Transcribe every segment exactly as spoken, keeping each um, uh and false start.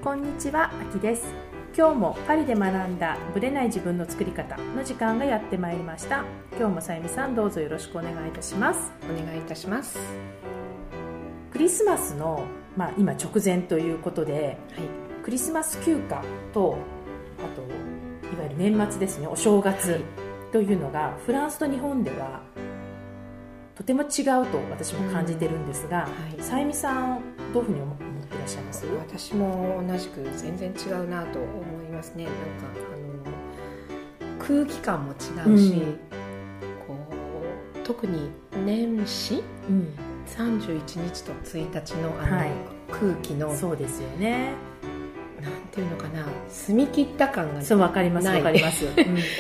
こんにちは、あきです。今日もパリで学んだブレない自分の作り方の時間がやってまいりました。今日もさゆみさん、どうぞよろしくお願いいたします。 お願いいたします。 クリスマスの、まあ、今直前ということで、はい、クリスマス休暇とあといわゆる年末ですね、お正月、はい、というのがフランスと日本ではとても違うと私も感じてるんですが、うんはい、さゆみさんどういうふうに思っていらっしゃいます？ 私も同じく全然違うなと思いますね。なんかあの空気感も違うし、うん、こう特に年始、うん、さんじゅういちにちとついたちのあの、はい、空気のそうですよね、 なんていうのかな、澄み切った感がない。 そう、わかりますわかります、うん、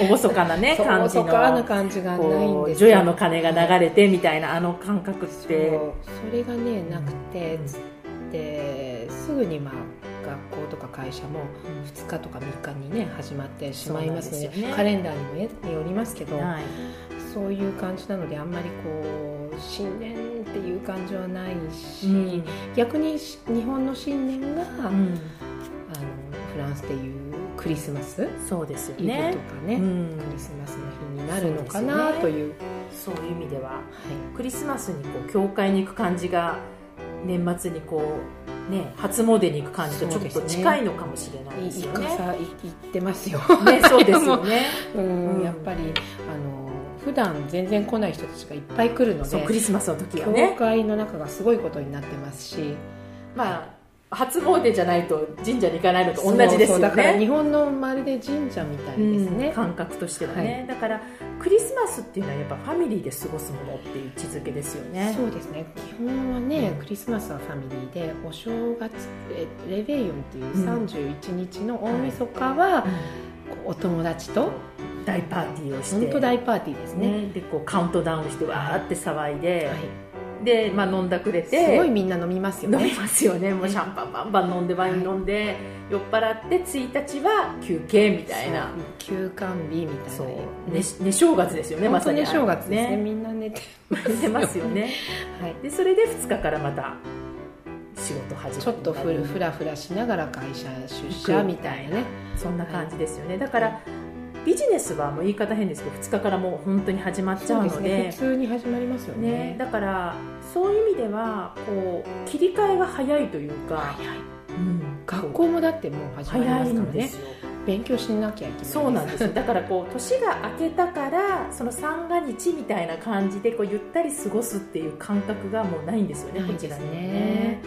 厳かなね感じの、 厳かな感じがないんですよ。除夜の鐘が流れてみたいなあの感覚って、 そうそれがねなくて、うん、ですぐにまあ学校とか会社もふつかとかみっかにね始まってしまいますので、ね、カレンダーにもよりますけど、はい、そういう感じなのであんまりこう新年っていう感じはないし、うん、逆に日本の新年が、うん、あのフランスでいうクリスマスそうですよね、 イブとかね、うん、クリスマスの日になるのかなという、 そういう意味では、はい、クリスマスにこう教会に行く感じが年末にこうね初詣に行く感じとちょっと近いのかもしれないですよね。 いいかさ行ってますよね、そうですよねうん、やっぱりあの普段全然来ない人たちがいっぱい来るので、 そうクリスマスの時はね教会の中がすごいことになってますし、 まあ初詣じゃないと神社に行かないのと同じですよね。 そうそう、だから日本のまるで神社みたいですね、 うん、感覚としてはね、はい、だからクリスマスっていうのはやっぱファミリーで過ごすものっていう位置づけですよね。 そうですね、基本はね、うん、クリスマスはファミリーで、お正月レベイヨンっていうさんじゅういちにちの大晦日は、うん、お友達と大パーティーをして、 本当大パーティーですね、 ねでこうカウントダウンしてわーって騒いで、はいでまあ、飲んだくれて、 すごいみんな飲みますよね。 飲みますよね。もうシャンパンバンバン飲んでワイン飲んで、はい、酔っ払ってついたちは休憩みたいな、 休館日みたいな、そう、 ね、寝正月ですよね。まさに寝正月ですね。みんな寝て寝ますよね、はい、でそれでふつかからまた仕事始めて、 ちょっとふるふらふらしながら会社出社みたいなね、 そんな感じですよね。だから、はいビジネスはもう言い方変ですけどふつかからもう本当に始まっちゃうので、そうですね、 普通に始まりますよ ね, ねだからそういう意味ではこう切り替えが早いというか、 早い、うん、学校もだってもう始まりますからね、勉強しなきゃいけないです。 そうなんですだからこう年が明けたからその三が日みたいな感じでこうゆったり過ごすっていう感覚がもうないんですよね、こちらにね。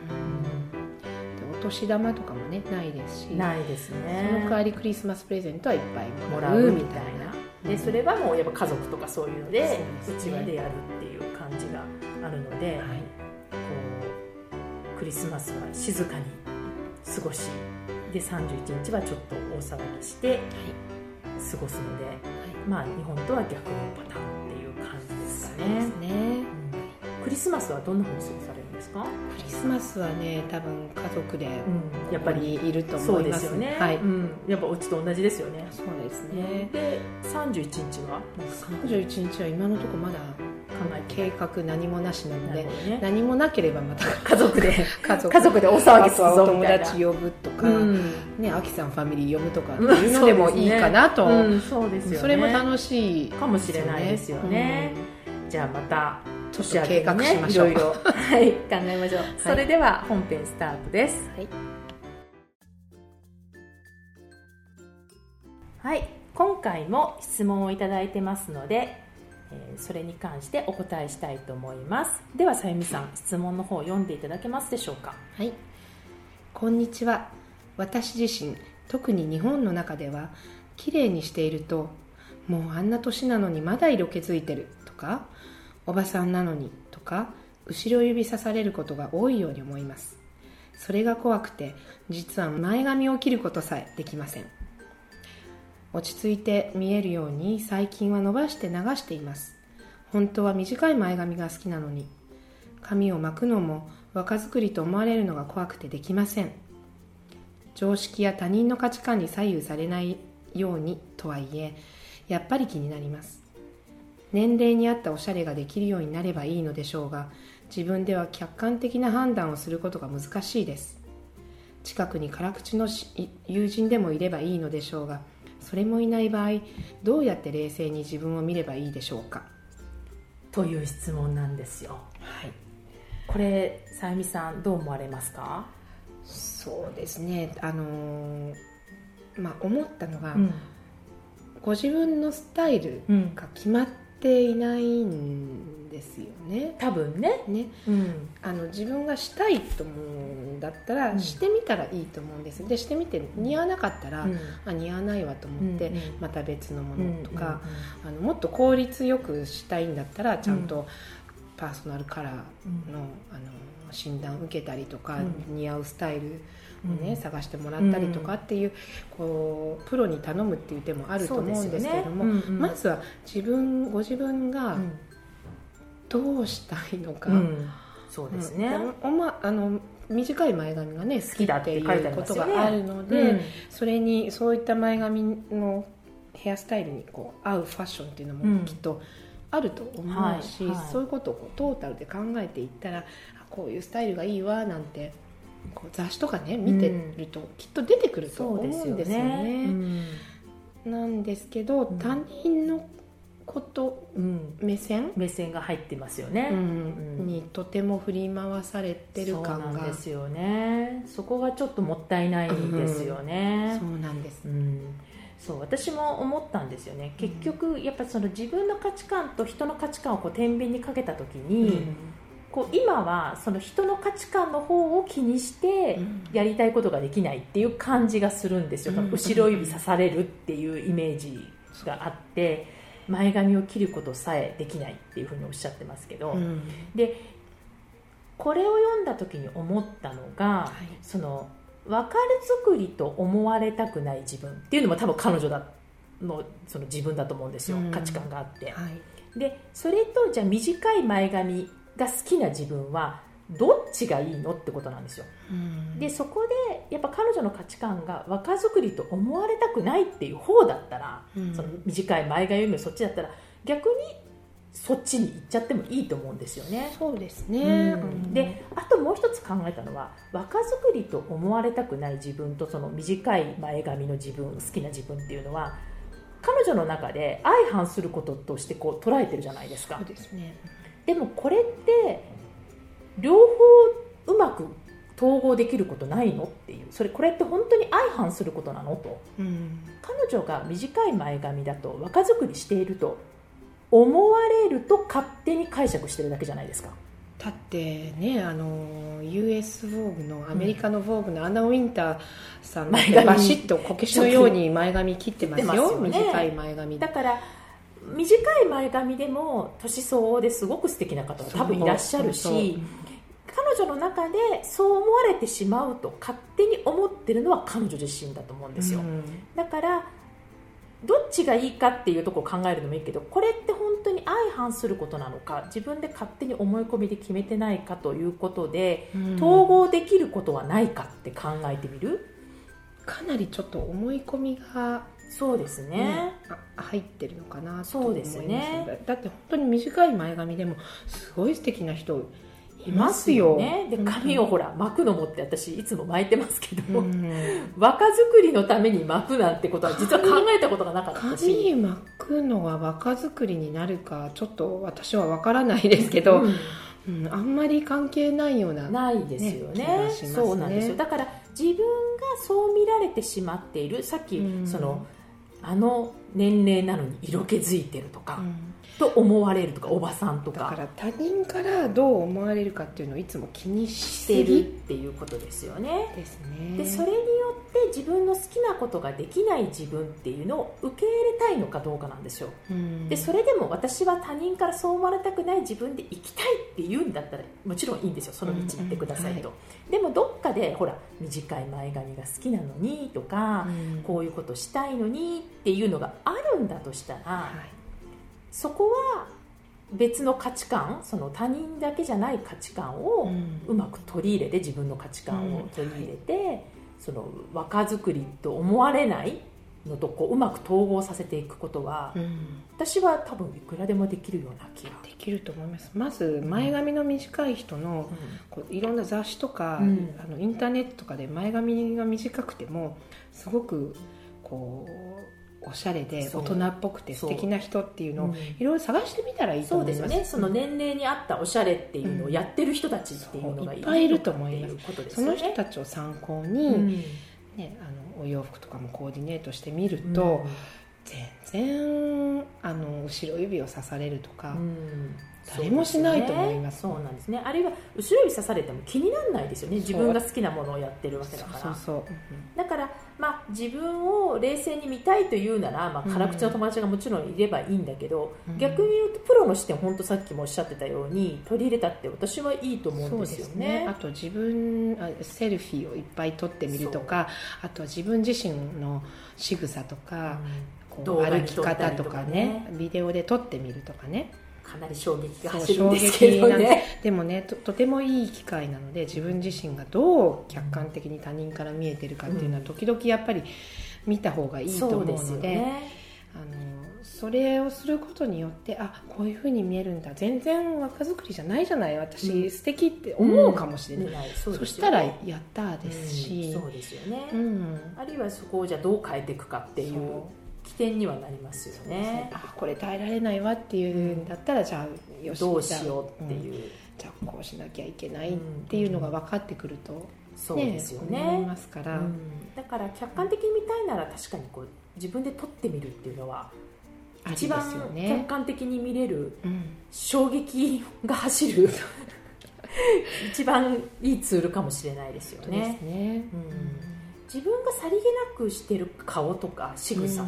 お年玉とかもねないですし、 ないですね。 その代わりクリスマスプレゼントはいっぱいもらうみたいな、うん、でそれはもうやっぱ家族とかそういうのでうちわでやるっていう感じがあるので、はい、こうクリスマスは静かに過ごしでさんじゅういちにちはちょっと大騒ぎして過ごすので、はい、まあ日本とは逆のパターンっていう感じですかね。 そうですね、うん、 クリスマスはどんな風に過ごされるんですか？ クリスマスはね多分家族で、うん、 やっぱりいると思います。 そうですよね、 はい、 うん、やっぱお家と同じですよね。 そうですね。 でさんじゅういちにちはさんじゅういちにちは今のところまだ考え計画何もなしなので、ね、何もなければまた家族で家族家族で大騒ぎするぞみたいな、 友達呼ぶとか、うんね、アキさんファミリー呼ぶとかっていうのでもいいかなと、 うん、そうですよね、 それも楽しいかもしれないですよね、うん、じゃあまた年明けにね、計画しましょう。 いろいろ、はい、考えましょう、はい、それでは本編スタートです。はい、はい、今回も質問をいただいてますので、えー、それに関してお答えしたいと思います。ではさゆみさん、質問の方を読んでいただけますでしょうか。 はい、こんにちは。私自身、特に日本の中では綺麗にしていると、もうあんな年なのにまだ色気づいてるとか、おばさんなのにとか後ろ指さされることが多いように思います。それが怖くて実は前髪を切ることさえできません。落ち着いて見えるように最近は伸ばして流しています。本当は短い前髪が好きなのに、髪を巻くのも若作りと思われるのが怖くてできません。常識や他人の価値観に左右されないようにとはいえやっぱり気になります。年齢に合ったおしゃれができるようになればいいのでしょうが、自分では客観的な判断をすることが難しいです。 近くに辛口の友人でもいればいいのでしょうが、それもいない場合、どうやって冷静に自分を見ればいいでしょうか、 という質問なんですよ。 はい、 これさゆみさんどう思われますか？ そうですね、あのーまあ、思ったのが、 うん、 ご自分のスタイルが決まっていないんですよね、 多分ね。 ね、 うん、 あの自分がしたいと思うんだったら、 うんしてみたらいいと思うんです。でしてみて似合わなかったら、 うん、 あ似合わないわと思って、 うんうん、 また別のものとか、 うんうんうん、 あのもっと効率よくしたいんだったらちゃんとパーソナルカラーの、 うん、 あの診断受けたりとか、 うん、 似合うスタイルをね、 うん、 探してもらったりとかっていう、こうプロに頼むっていう手もあると思うんですけれども、 ね、うんうん、 まずは自分ご自分がどうしたいのか、うん、 そうですね、 うん、おま、あの短い前髪がね好きだっていうことがあるので、 うん、 それにそういった前髪のヘアスタイルにこう合うファッションっていうのもきっとあると思うし、 うんはいはい、 そういうことをこうトータルで考えていったら、こういうスタイルがいいわなんてこう雑誌とかね見てるときっと出てくると思うんですよね。 そうですよね、 うん、なんですけど、うん、他人のこと、うん、目線目線が入ってますよね、 うんうん、にとても振り回されてる感が、 そうなんですよね。そこがちょっともったいないですよね、 うん、そうなんです、 うん、そう私も思ったんですよね。結局やっぱその自分の価値観と人の価値観をこう天秤にかけた時に、うん、こう今はその人の価値観の方を気にしてやりたいことができないっていう感じがするんですよ、うん、後ろ指刺されるっていうイメージがあって、前髪を切ることさえできないっていうふうにおっしゃってますけど、うん、でこれを読んだ時に思ったのが、はい、その分かり作りと思われたくない自分っていうのも多分彼女だのその自分だと思うんですよ、うん、価値観があって、はい、でそれとじゃあ短い前髪が好きな自分はどっちがいいのってことなんですよ、うん、でそこでやっぱ彼女の価値観が若作りと思われたくないっていう方だったら、うん、その短い前髪よりもそっちだったら逆にそっちに行っちゃってもいいと思うんですよね。 そうですね、 うん、であともう一つ考えたのは、若作りと思われたくない自分とその短い前髪の自分、好きな自分っていうのは彼女の中で相反することとしてこう捉えてるじゃないですか。 そうですね。でもこれって両方うまく統合できることないのっていう、それこれって本当に相反することなのと、うん、彼女が短い前髪だと若作りしていると思われると勝手に解釈してるだけじゃないですか。 だってね、あの ユーエス ヴォーグのアメリカのヴォーグのアナ・ウィンターさんがバシッとこけしのように前髪切ってますよ、ますよね、短い前髪だから短い前髪でも年相応ですごく素敵な方は多分いらっしゃるし、そうそうそう、彼女の中でそう思われてしまうと勝手に思ってるのは彼女自身だと思うんですよ、うん、だからどっちがいいかっていうところを考えるのもいいけど、これって本当に相反することなのか、自分で勝手に思い込みで決めてないかということで、うん、統合できることはないかって考えてみる。 かなりちょっと思い込みがそうですね、 うん、入ってるのかなと思います。 そうですね。だって本当に短い前髪でもすごい素敵な人いますよね。 で髪をほら巻くのもって私いつも巻いてますけど、うん、若作りのために巻くなんてことは実は考えたことがなかったし、 髪巻くのは若作りになるかちょっと私は分からないですけど、うんうん、あんまり関係ないような、 ないですよね。ね、そうなんですよ。だから自分がそう見られてしまっている、さっき、うん、そのあの年齢なのに色気づいてるとか、うんと思われるとか、おばさんとか、 だから他人からどう思われるかっていうのをいつも気にしてるっていうことですよね。 ですね。 でそれによって自分の好きなことができない自分っていうのを受け入れたいのかどうかなんですよ。でそれでも私は他人からそう思われたくない自分で生きたいっていうんだったらもちろんいいんですよ、その道行ってくださいと、うんうん、はい、でもどっかでほら短い前髪が好きなのにとか、うん、こういうことしたいのにっていうのがあるんだとしたら、はい、そこは別の価値観、その他人だけじゃない価値観をうまく取り入れて、自分の価値観を取り入れて、うんはい、その若作りと思われないのとこううまく統合させていくことは、うん、私は多分いくらでもできるような気ができると思います。まず前髪の短い人の、うん、こういろんな雑誌とか、うん、あのインターネットとかで前髪が短くてもすごくこうおしゃれで大人っぽくて素敵な人っていうのをいろいろ探してみたらいいと思います。 そうですよね。その年齢に合ったおしゃれっていうのをやってる人たちっていうのがいっぱいいると思います。 その人たちを参考に、うんね、あのお洋服とかもコーディネートしてみると、うん、全然あの後ろ指を刺されるとか、うん、誰もしないと思います。 そうなんですね。あるいは後ろ指刺されても気にならないですよね。自分が好きなものをやってるわけだから。 そうそうそう、うん、 だから、まあ、自分を冷静に見たいというなら、まあ、辛口の友達がもちろんいればいいんだけど、うん、逆に言うとプロの視点、本当さっきもおっしゃってたように取り入れたって私はいいと思うんですよね。 そうですね。あと自分セルフィーをいっぱい撮ってみるとか、あとは自分自身の仕草とか、うん、こう歩き方とかね、ビデオで撮ってみるとかね、 かなり衝撃が走るんですけどね。 でもね と, とてもいい機会なので、自分自身がどう客観的に他人から見えてるかっていうのは時々やっぱり見た方がいいと思うの で, そうですよね。あのそれをすることによって、あ、こういう風に見えるんだ、全然若作りじゃないじゃない、私、うん、素敵って思うかもしれない、うんない そ, う そしたらやったーですし、 うん、そうですよね、うん、あるいはそこをじゃあどう変えていくかっていう起点にはなりますよ ね, ね。 あ、これ耐えられないわっていうんだったら、じゃあよし、 どうしようっていう、 うん、じゃあこうしなきゃいけないっていうのが分かってくると、ね、 そうですよね、 思いますから、 うん、だから客観的に見たいなら確かにこう自分で撮ってみるっていうのは一番客観的に見れる、うん、衝撃が走る一番いいツールかもしれないですよね。 そうですね、 うん、自分がさりげなくしてる顔とか仕草って、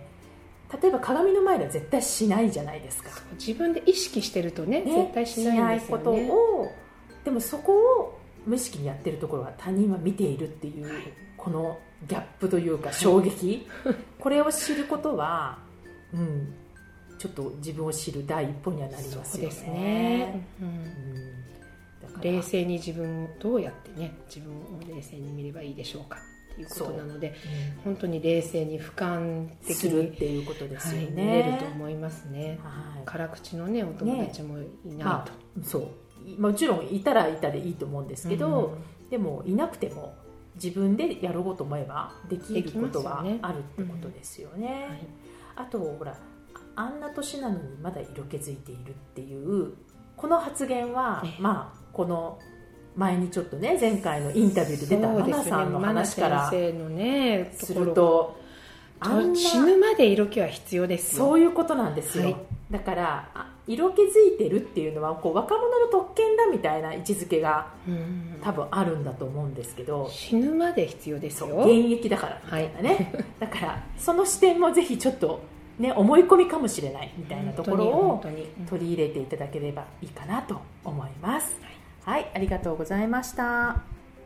うん、例えば鏡の前では絶対しないじゃないですか。 自分で意識してると ね, ね絶対しないんですよね。 しないことを、でもそこを無意識にやってるところは他人は見ているっていう、はい、このギャップというか衝撃、はい、これを知ることは、うん、ちょっと自分を知る第一歩にはなりますよね。 そうですね、うんうん、だから冷静に自分をどうやってね、自分を冷静に見ればいいでしょうかっていうことなので、うん、本当に冷静に俯瞰的にするっていうことですよね、はい、 見れると思いますね、はい、辛口のねお友達もいないと、ね、まあ、 そうもちろんいたらいたでいいと思うんですけど、うん、でもいなくても自分でやろうと思えばできることはあるってことですよね、うんはい、あとほら、あんな年なのにまだ色気づいているっていうこの発言は、まあこの前にちょっとね、前回のインタビューで出たマナさんの話からすると、 死ぬまで色気は必要ですよ。 そういうことなんですよ、はい、だから色気づいてるっていうのはこう若者の特権だみたいな位置づけが多分あるんだと思うんですけど、 死ぬまで必要ですよ、 現役だからみたいなね、はい、だからその視点もぜひちょっとね、思い込みかもしれないみたいなところを取り入れていただければいいかなと思います。はい、はい、ありがとうございました。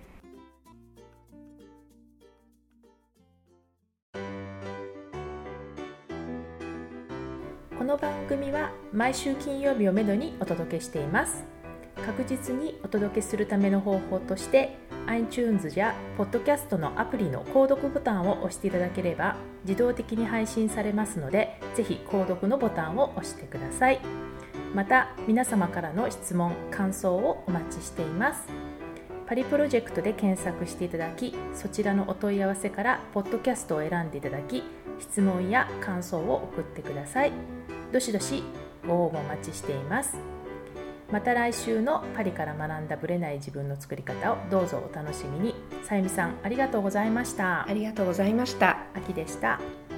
この番組は毎週金曜日をめどにお届けしています。確実にお届けするための方法として iTunes や Podcast のアプリの購読ボタンを押していただければ自動的に配信されますので、ぜひ購読のボタンを押してください。また皆様からの質問・感想をお待ちしています。パリプロジェクトで検索していただき、そちらのお問い合わせからポッドキャストを選んでいただき、質問や感想を送ってください。どしどしご応募お待ちしています。また来週のパリから学んだブレない自分の作り方をどうぞお楽しみに。さゆみさん、ありがとうございました。 ありがとうございました。 あきでした。